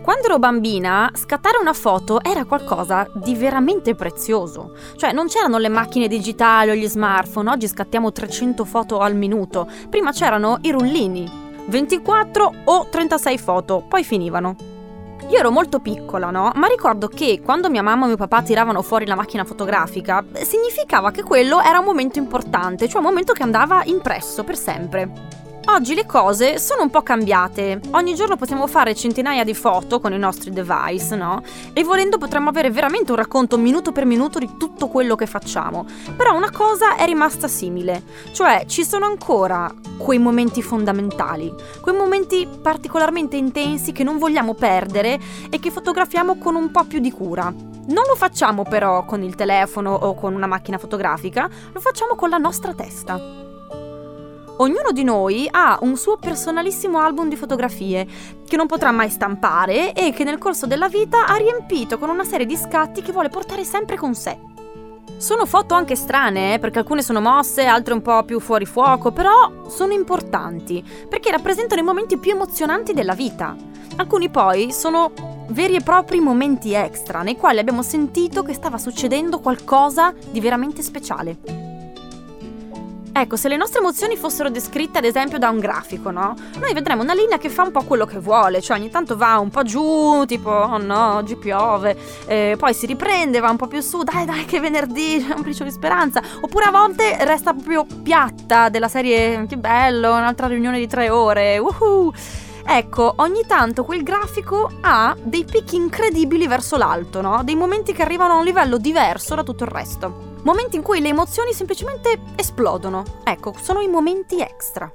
Quando ero bambina, scattare una foto era qualcosa di veramente prezioso. Cioè, non c'erano le macchine digitali o gli smartphone, oggi scattiamo 300 foto al minuto. Prima c'erano i rullini, 24 o 36 foto, poi finivano. Io ero molto piccola, no? Ma ricordo che quando mia mamma e mio papà tiravano fuori la macchina fotografica, significava che quello era un momento importante, cioè un momento che andava impresso per sempre. Oggi le cose sono un po' cambiate. Ogni giorno possiamo fare centinaia di foto con i nostri device, no? E volendo potremmo avere veramente un racconto minuto per minuto di tutto quello che facciamo. Però una cosa è rimasta simile, cioè ci sono ancora quei momenti fondamentali, quei momenti particolarmente intensi che non vogliamo perdere e che fotografiamo con un po' più di cura. Non lo facciamo però con il telefono o con una macchina fotografica, lo facciamo con la nostra testa. Ognuno di noi ha un suo personalissimo album di fotografie che non potrà mai stampare e che nel corso della vita ha riempito con una serie di scatti che vuole portare sempre con sé. Sono foto anche strane, perché alcune sono mosse, altre un po' più fuori fuoco, però sono importanti, perché rappresentano i momenti più emozionanti della vita. Alcuni poi sono veri e propri momenti extra, nei quali abbiamo sentito che stava succedendo qualcosa di veramente speciale. Ecco, se le nostre emozioni fossero descritte ad esempio da un grafico, no? Noi vedremo una linea che fa un po' quello che vuole, cioè ogni tanto va un po' giù, tipo oh no, oggi piove, poi si riprende, va un po' più su, dai che venerdì, c'è un briciolo di speranza, oppure a volte resta proprio piatta, della serie che bello, un'altra riunione di 3 ore, uhuh! Ecco, ogni tanto quel grafico ha dei picchi incredibili verso l'alto, no? Dei momenti che arrivano a un livello diverso da tutto il resto. Momenti in cui le emozioni semplicemente esplodono. Ecco, sono i momenti extra.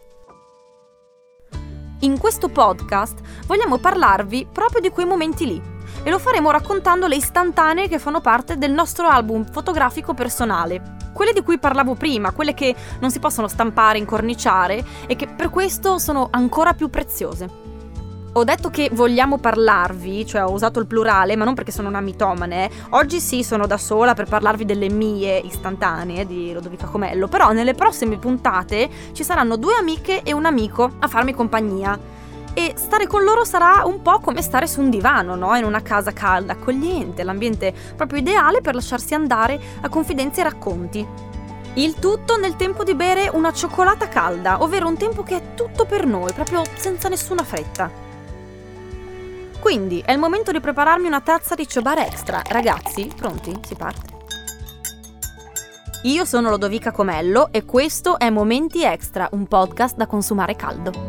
In questo podcast vogliamo parlarvi proprio di quei momenti lì e lo faremo raccontando le istantanee che fanno parte del nostro album fotografico personale. Quelle di cui parlavo prima, quelle che non si possono stampare, incorniciare e che per questo sono ancora più preziose. Ho detto che vogliamo parlarvi, cioè ho usato il plurale, ma non perché sono una mitomane. Oggi sì, sono da sola per parlarvi delle mie istantanee di Lodovica Comello, però nelle prossime puntate ci saranno 2 amiche e un amico a farmi compagnia. E stare con loro sarà un po' come stare su un divano, no? In una casa calda, accogliente, l'ambiente proprio ideale per lasciarsi andare a confidenze e racconti. Il tutto nel tempo di bere una cioccolata calda, ovvero un tempo che è tutto per noi, proprio senza nessuna fretta. Quindi è il momento di prepararmi una tazza di Chobar Extra. Ragazzi, pronti? Si parte. Io sono Lodovica Comello e questo è Momenti Extra, un podcast da consumare caldo.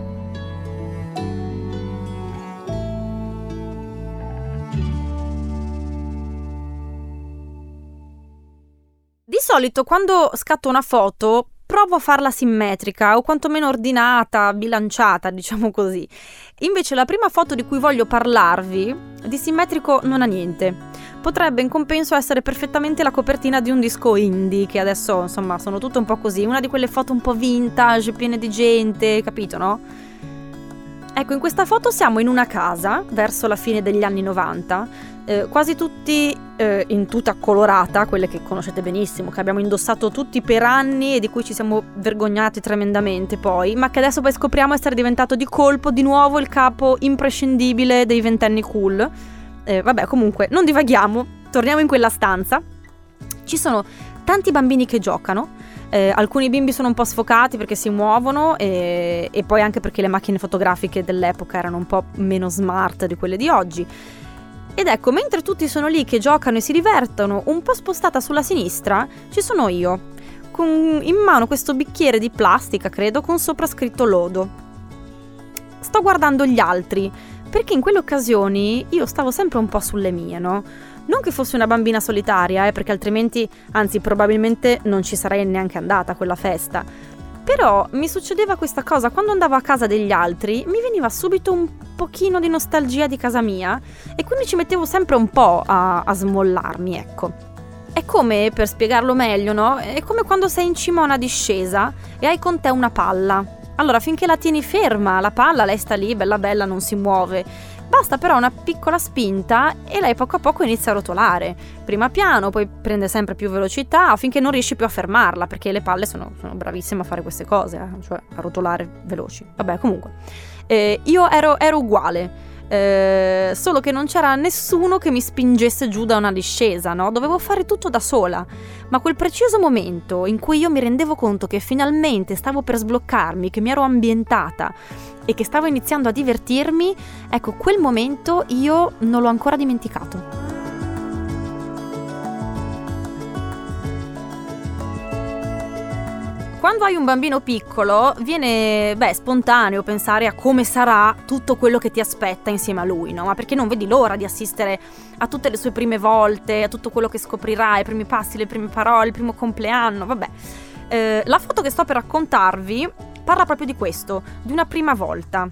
Di solito quando scatto una foto provo a farla simmetrica o quantomeno ordinata, bilanciata, diciamo così. Invece la prima foto di cui voglio parlarvi di simmetrico non ha niente. Potrebbe in compenso essere perfettamente la copertina di un disco indie, che adesso insomma sono tutte un po' così, una di quelle foto un po' vintage, piene di gente, capito, no? Ecco, in questa foto siamo in una casa verso la fine degli anni 90, quasi tutti in tuta colorata, quelle che conoscete benissimo, che abbiamo indossato tutti per anni e di cui ci siamo vergognati tremendamente poi, ma che adesso poi scopriamo essere diventato di colpo di nuovo il capo imprescindibile dei ventenni cool. Vabbè, comunque, non divaghiamo, torniamo in quella stanza. Ci sono tanti bambini che giocano, alcuni bimbi sono un po' sfocati perché si muovono e poi anche perché le macchine fotografiche dell'epoca erano un po' meno smart di quelle di oggi. Ed ecco, mentre tutti sono lì che giocano e si divertono, un po' spostata sulla sinistra ci sono io, con in mano questo bicchiere di plastica, credo, con sopra scritto lodo. Sto guardando gli altri, perché in quelle occasioni io stavo sempre un po' sulle mie, no? Non che fossi una bambina solitaria, perché altrimenti, anzi probabilmente non ci sarei neanche andata a quella festa. Però mi succedeva questa cosa, quando andavo a casa degli altri mi veniva subito un pochino di nostalgia di casa mia e quindi ci mettevo sempre un po' a smollarmi, ecco. È come, per spiegarlo meglio, no? È come quando sei in cima a una discesa e hai con te una palla. Allora, finché la tieni ferma, la palla, lei sta lì, bella bella, non si muove. Basta però una piccola spinta e lei poco a poco inizia a rotolare. Prima piano, poi prende sempre più velocità finché non riesci più a fermarla, perché le palle sono bravissime a fare queste cose, cioè a rotolare veloci. Vabbè, comunque. Io ero uguale. solo che non c'era nessuno che mi spingesse giù da una discesa, no? Dovevo fare tutto da sola. Ma quel preciso momento in cui io mi rendevo conto che finalmente stavo per sbloccarmi, che mi ero ambientata e che stavo iniziando a divertirmi, ecco, quel momento io non l'ho ancora dimenticato. Quando hai un bambino piccolo viene, spontaneo pensare a come sarà tutto quello che ti aspetta insieme a lui, no? Ma perché non vedi l'ora di assistere a tutte le sue prime volte, a tutto quello che scoprirà, i primi passi, le prime parole, il primo compleanno, vabbè. La foto che sto per raccontarvi parla proprio di questo, di una prima volta.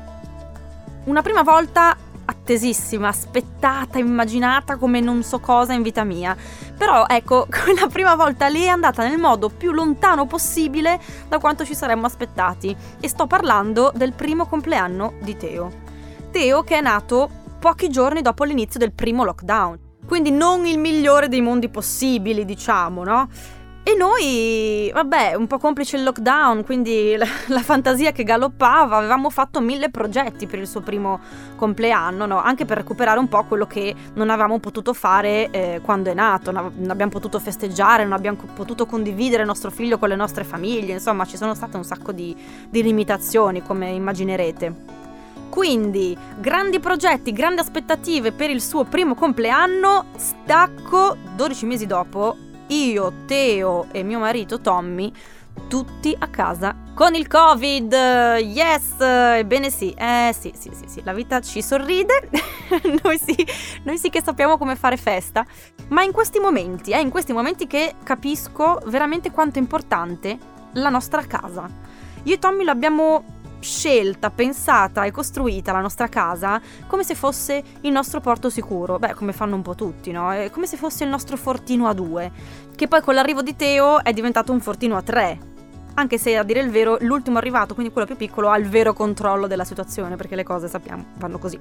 Una prima volta attesissima, aspettata, immaginata come non so cosa in vita mia. Però ecco, quella prima volta lì è andata nel modo più lontano possibile da quanto ci saremmo aspettati. E sto parlando del primo compleanno di Teo. Teo che è nato pochi giorni dopo l'inizio del primo lockdown. Quindi non il migliore dei mondi possibili, diciamo, no? E noi, un po' complice il lockdown, quindi la fantasia che galoppava, avevamo fatto 1000 progetti per il suo primo compleanno, no? Anche per recuperare un po' quello che non avevamo potuto fare quando è nato, non abbiamo potuto festeggiare, non abbiamo potuto condividere il nostro figlio con le nostre famiglie, insomma ci sono state un sacco di limitazioni, come immaginerete. Quindi, grandi progetti, grandi aspettative per il suo primo compleanno, stacco 12 mesi dopo. Io, Teo e mio marito Tommy, tutti a casa con il Covid. Yes, ebbene sì, sì, la vita ci sorride. noi sì che sappiamo come fare festa. Ma in questi momenti che capisco veramente quanto è importante la nostra casa. Io e Tommy l'abbiamo scelta, pensata e costruita la nostra casa come se fosse il nostro porto sicuro, come fanno un po' tutti, no? È come se fosse il nostro fortino a 2, che poi con l'arrivo di Teo è diventato un fortino a 3, anche se a dire il vero l'ultimo arrivato, quindi quello più piccolo, ha il vero controllo della situazione, perché le cose sappiamo vanno così.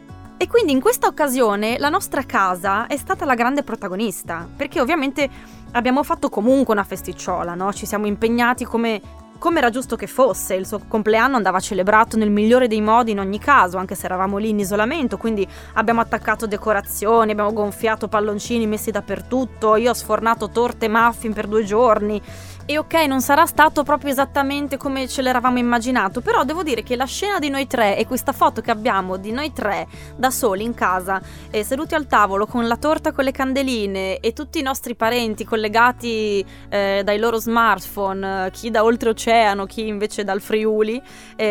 E quindi in questa occasione la nostra casa è stata la grande protagonista, perché ovviamente abbiamo fatto comunque una festicciola, no? Ci siamo impegnati come era giusto che fosse. Il suo compleanno andava celebrato nel migliore dei modi in ogni caso, anche se eravamo lì in isolamento, quindi abbiamo attaccato decorazioni, abbiamo gonfiato palloncini messi dappertutto, io ho sfornato torte e muffin per 2 giorni. E ok, non sarà stato proprio esattamente come ce l'eravamo immaginato, però devo dire che la scena di noi 3 e questa foto che abbiamo di noi 3 da soli in casa, seduti al tavolo con la torta con le candeline e tutti i nostri parenti collegati dai loro smartphone, chi da oltreoceano, chi invece dal Friuli,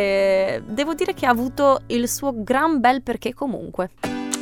devo dire che ha avuto il suo gran bel perché comunque.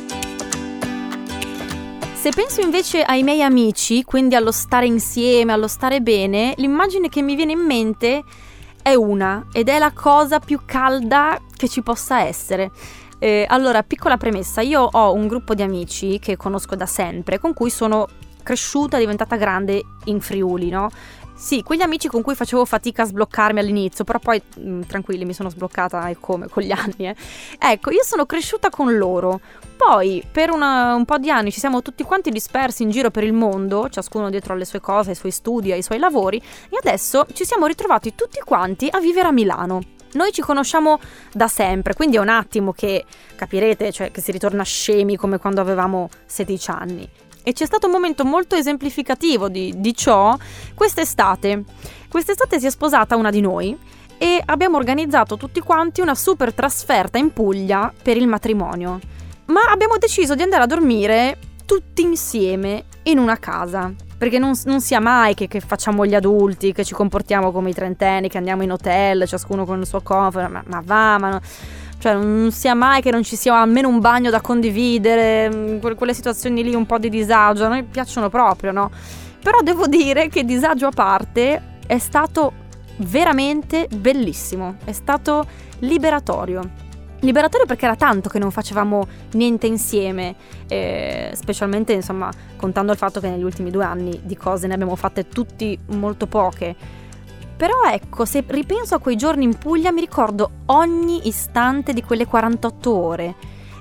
Se penso invece ai miei amici, quindi allo stare insieme, allo stare bene, l'immagine che mi viene in mente è ed è la cosa più calda che ci possa essere. Allora, piccola premessa, io ho un gruppo di amici che conosco da sempre, con cui sono cresciuta, diventata grande in Friuli, no? Sì, quegli amici con cui facevo fatica a sbloccarmi all'inizio, però poi tranquilli, mi sono sbloccata con gli anni. Ecco, io sono cresciuta con loro. Poi per un po' di anni ci siamo tutti quanti dispersi in giro per il mondo, ciascuno dietro alle sue cose, ai suoi studi, ai suoi lavori, e adesso ci siamo ritrovati tutti quanti a vivere a Milano. Noi ci conosciamo da sempre, quindi è un attimo che capirete, cioè che si ritorna scemi come quando avevamo 16 anni. E c'è stato un momento molto esemplificativo di ciò quest'estate. Quest'estate si è sposata una di noi e abbiamo organizzato tutti quanti una super trasferta in Puglia per il matrimonio. Ma abbiamo deciso di andare a dormire tutti insieme in una casa, perché non sia mai che facciamo gli adulti, che ci comportiamo come i trentenni, che andiamo in hotel, ciascuno con il suo comfort, cioè non sia mai che non ci sia almeno un bagno da condividere, quelle situazioni lì un po' di disagio, a noi piacciono proprio, no? Però devo dire che, disagio a parte, è stato veramente bellissimo, è stato liberatorio. Liberatorio perché era tanto che non facevamo niente insieme, specialmente insomma contando il fatto che negli ultimi 2 anni di cose ne abbiamo fatte tutti molto poche. Però ecco, se ripenso a quei giorni in Puglia mi ricordo ogni istante di quelle 48 ore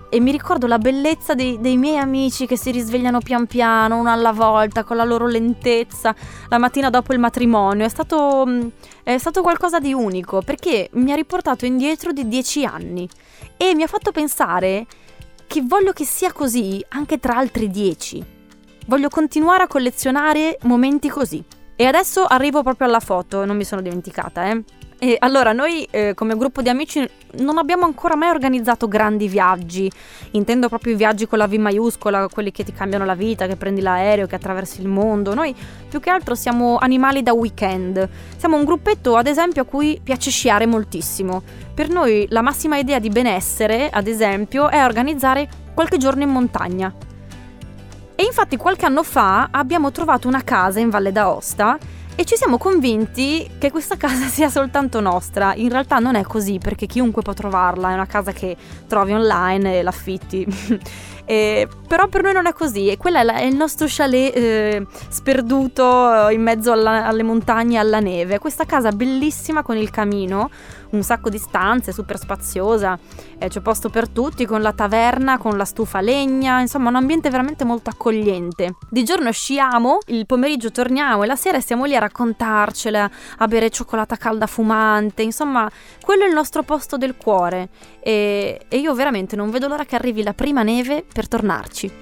e mi ricordo la bellezza dei miei amici che si risvegliano pian piano, uno alla volta, con la loro lentezza, la mattina dopo il matrimonio. È stato qualcosa di unico, perché mi ha riportato indietro di 10 anni e mi ha fatto pensare che voglio che sia così anche tra altri 10. Voglio continuare a collezionare momenti così. E adesso arrivo proprio alla foto, non mi sono dimenticata, E allora noi come gruppo di amici non abbiamo ancora mai organizzato grandi viaggi, intendo proprio i viaggi con la V maiuscola, quelli che ti cambiano la vita, che prendi l'aereo, che attraversi il mondo. Noi più che altro siamo animali da weekend, siamo un gruppetto ad esempio a cui piace sciare moltissimo. Per noi la massima idea di benessere, ad esempio, è organizzare qualche giorno in montagna. E infatti qualche anno fa abbiamo trovato una casa in Valle d'Aosta e ci siamo convinti che questa casa sia soltanto nostra. In realtà non è così, perché chiunque può trovarla, è una casa che trovi online e l'affitti. Però per noi non è così, e quello è il nostro chalet sperduto in mezzo alle montagne e alla neve. Questa casa bellissima con il camino, un sacco di stanze, super spaziosa, c'è posto per tutti, con la taverna, con la stufa a legna, insomma un ambiente veramente molto accogliente. Di giorno sciamo, il pomeriggio torniamo e la sera stiamo lì a raccontarcela, a bere cioccolata calda fumante, insomma quello è il nostro posto del cuore e io veramente non vedo l'ora che arrivi la prima neve per tornarci.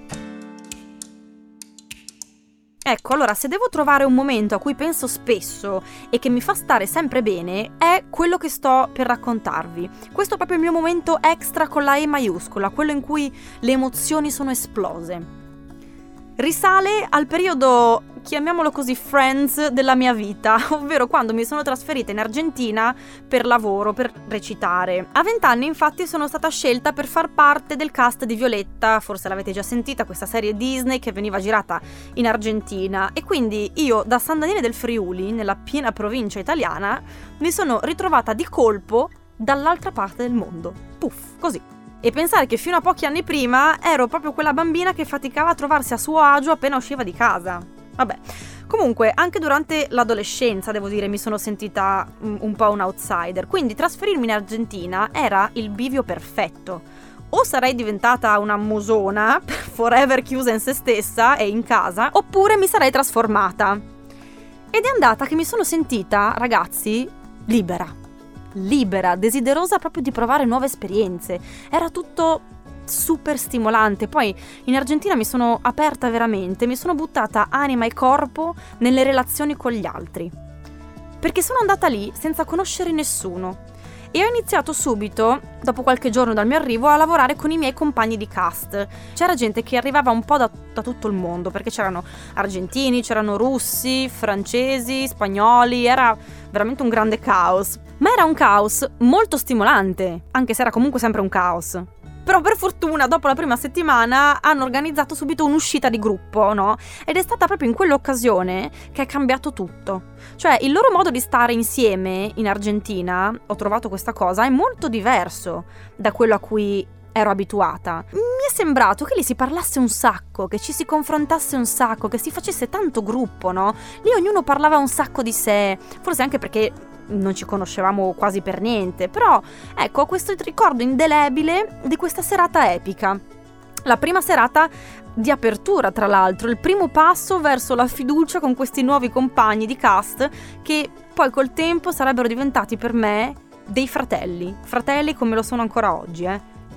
Ecco, allora, se devo trovare un momento a cui penso spesso e che mi fa stare sempre bene, è quello che sto per raccontarvi. Questo è proprio il mio momento extra con la E maiuscola, quello in cui le emozioni sono esplose. Risale al periodo, chiamiamolo così, Friends della mia vita, ovvero quando mi sono trasferita in Argentina per lavoro, per recitare. A 20 anni infatti sono stata scelta per far parte del cast di Violetta, forse l'avete già sentita, questa serie Disney che veniva girata in Argentina, e quindi io da San Daniele del Friuli, nella piena provincia italiana, mi sono ritrovata di colpo dall'altra parte del mondo. Puff, così. E pensare che fino a pochi anni prima ero proprio quella bambina che faticava a trovarsi a suo agio appena usciva di casa. Vabbè, comunque anche durante l'adolescenza, devo dire, mi sono sentita un po' un outsider, quindi trasferirmi in Argentina era il bivio perfetto. O sarei diventata una musona, forever chiusa in se stessa e in casa, oppure mi sarei trasformata. Ed è andata che mi sono sentita, ragazzi, libera, desiderosa proprio di provare nuove esperienze. Era tutto super stimolante. Poi in Argentina mi sono aperta veramente, mi sono buttata anima e corpo nelle relazioni con gli altri, perché sono andata lì senza conoscere nessuno e ho iniziato subito, dopo qualche giorno dal mio arrivo, a lavorare con i miei compagni di cast. C'era gente che arrivava un po' da tutto il mondo, perché c'erano argentini, c'erano russi, francesi, spagnoli, era veramente un grande caos. Ma era un caos molto stimolante, anche se era comunque sempre un caos. Però per fortuna dopo la prima settimana hanno organizzato subito un'uscita di gruppo, no? Ed è stata proprio in quell'occasione che è cambiato tutto. Cioè il loro modo di stare insieme in Argentina, ho trovato questa cosa, è molto diverso da quello a cui ero abituata. Mi è sembrato che lì si parlasse un sacco, che ci si confrontasse un sacco, che si facesse tanto gruppo, no? Lì ognuno parlava un sacco di sé, forse anche perché non ci conoscevamo quasi per niente, però ecco, ho questo ricordo indelebile di questa serata epica. La prima serata di apertura, tra l'altro, il primo passo verso la fiducia con questi nuovi compagni di cast che poi col tempo sarebbero diventati per me dei fratelli come lo sono ancora oggi,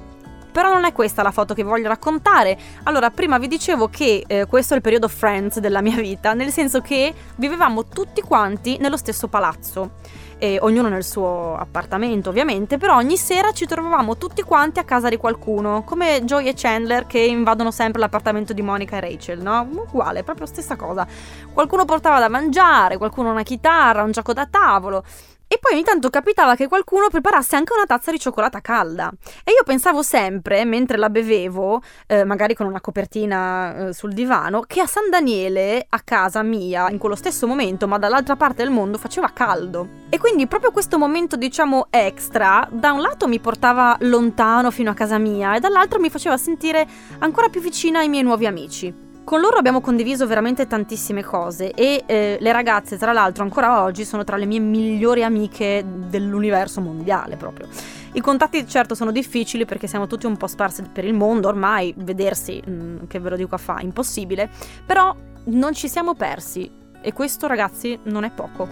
Però non è questa la foto che voglio raccontare. Allora, prima vi dicevo che questo è il periodo Friends della mia vita, nel senso che vivevamo tutti quanti nello stesso palazzo, ognuno nel suo appartamento ovviamente, però ogni sera ci trovavamo tutti quanti a casa di qualcuno, come Joey e Chandler che invadono sempre l'appartamento di Monica e Rachel, no? Uguale, proprio stessa cosa. Qualcuno portava da mangiare, qualcuno una chitarra, un gioco da tavolo. E poi ogni tanto capitava che qualcuno preparasse anche una tazza di cioccolata calda. E io pensavo sempre, mentre la bevevo, magari con una copertina sul divano, che a San Daniele, a casa mia, in quello stesso momento, ma dall'altra parte del mondo, faceva caldo. E quindi proprio questo momento, diciamo, extra, da un lato mi portava lontano fino a casa mia e dall'altro mi faceva sentire ancora più vicina ai miei nuovi amici. Con loro abbiamo condiviso veramente tantissime cose e le ragazze, tra l'altro, ancora oggi sono tra le mie migliori amiche dell'universo mondiale proprio. I contatti certo sono difficili perché siamo tutti un po' sparsi per il mondo, ormai vedersi, che ve lo dico a fa, impossibile, però non ci siamo persi e questo, ragazzi, non è poco.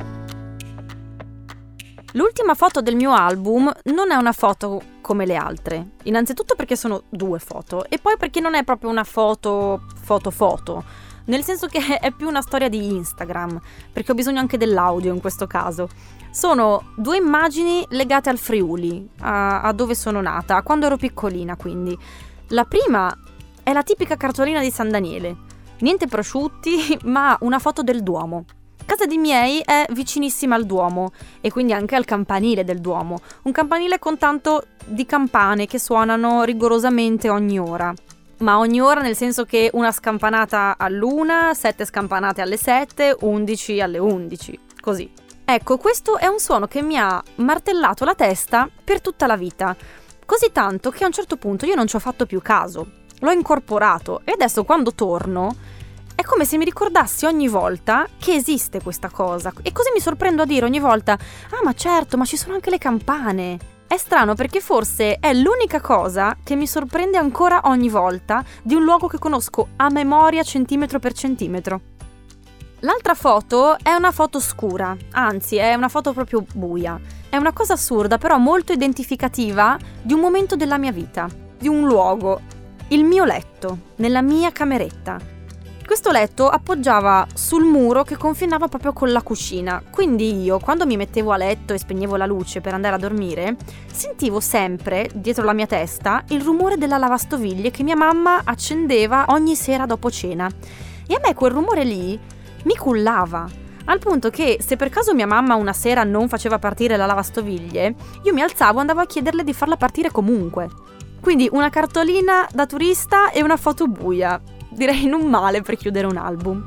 L'ultima foto del mio album non è una foto come le altre, innanzitutto perché sono 2 foto e poi perché non è proprio una foto, nel senso che è più una storia di Instagram, perché ho bisogno anche dell'audio in questo caso. Sono 2 immagini legate al Friuli, a dove sono nata, quando ero piccolina quindi. La prima è la tipica cartolina di San Daniele, niente prosciutti, ma una foto del Duomo. Casa dei miei è vicinissima al Duomo e quindi anche al campanile del Duomo, un campanile con tanto di campane che suonano rigorosamente ogni ora. Ma ogni ora nel senso che una scampanata all'1, 7 scampanate alle 7, 11 alle 11, così. Ecco, questo è un suono che mi ha martellato la testa per tutta la vita, così tanto che a un certo punto io non ci ho fatto più caso, l'ho incorporato e adesso quando torno è come se mi ricordassi ogni volta che esiste questa cosa e così mi sorprendo a dire ogni volta «Ah, ma certo, ma ci sono anche le campane!» È strano perché forse è l'unica cosa che mi sorprende ancora ogni volta di un luogo che conosco a memoria centimetro per centimetro. L'altra foto è una foto scura, anzi è una foto proprio buia. È una cosa assurda però molto identificativa di un momento della mia vita, di un luogo, il mio letto, nella mia cameretta. Questo letto appoggiava sul muro che confinava proprio con la cucina, quindi io, quando mi mettevo a letto e spegnevo la luce per andare a dormire, sentivo sempre, dietro la mia testa, il rumore della lavastoviglie che mia mamma accendeva ogni sera dopo cena. E a me quel rumore lì mi cullava, al punto che se per caso mia mamma una sera non faceva partire la lavastoviglie, io mi alzavo e andavo a chiederle di farla partire comunque. Quindi una cartolina da turista e una foto buia. Direi non male per chiudere un album.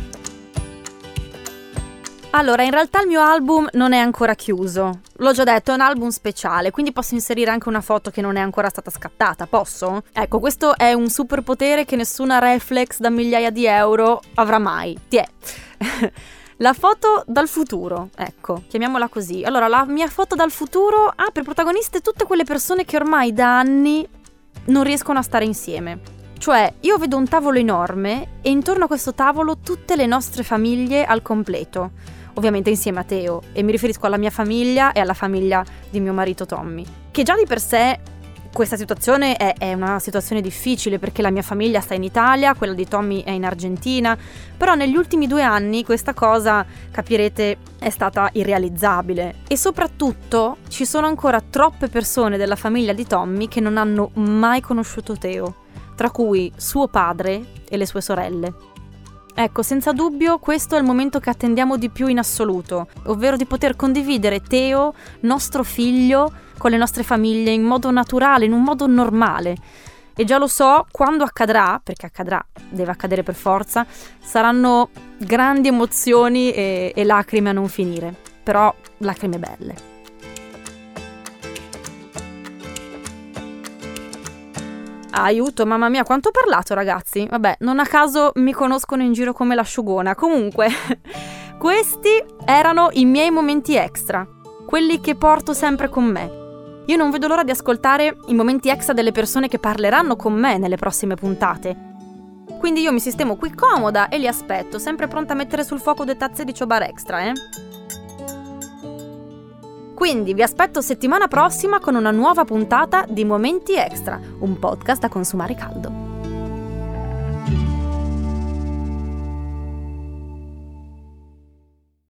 Allora, in realtà il mio album non è ancora chiuso. L'ho già detto, è un album speciale, quindi posso inserire anche una foto che non è ancora stata scattata, posso? Ecco, questo è un superpotere che nessuna reflex da migliaia di euro avrà mai. Tiè. La foto dal futuro, ecco, chiamiamola così. Allora, la mia foto dal futuro ha per protagoniste tutte quelle persone che ormai da anni non riescono a stare insieme. Cioè, io vedo un tavolo enorme e intorno a questo tavolo tutte le nostre famiglie al completo, ovviamente insieme a Teo, e mi riferisco alla mia famiglia e alla famiglia di mio marito Tommy, che già di per sé questa situazione è una situazione difficile perché la mia famiglia sta in Italia, quella di Tommy è in Argentina, però negli ultimi 2 anni questa cosa, capirete, è stata irrealizzabile e soprattutto ci sono ancora troppe persone della famiglia di Tommy che non hanno mai conosciuto Teo, tra cui suo padre e le sue sorelle. Ecco, senza dubbio questo è il momento che attendiamo di più in assoluto, ovvero di poter condividere Teo, nostro figlio, con le nostre famiglie in modo naturale, in un modo normale. E già lo so, quando accadrà, perché accadrà, deve accadere per forza, saranno grandi emozioni e lacrime a non finire, però lacrime belle. Aiuto, mamma mia, quanto ho parlato, ragazzi. Vabbè, non a caso mi conoscono in giro come l'asciugona. Comunque, questi erano i miei momenti extra, quelli che porto sempre con me. Io non vedo l'ora di ascoltare i momenti extra delle persone che parleranno con me nelle prossime puntate. Quindi io mi sistemo qui comoda e li aspetto, sempre pronta a mettere sul fuoco 2 tazze di Chobar Extra, Quindi vi aspetto settimana prossima con una nuova puntata di Momenti Extra, un podcast da consumare caldo.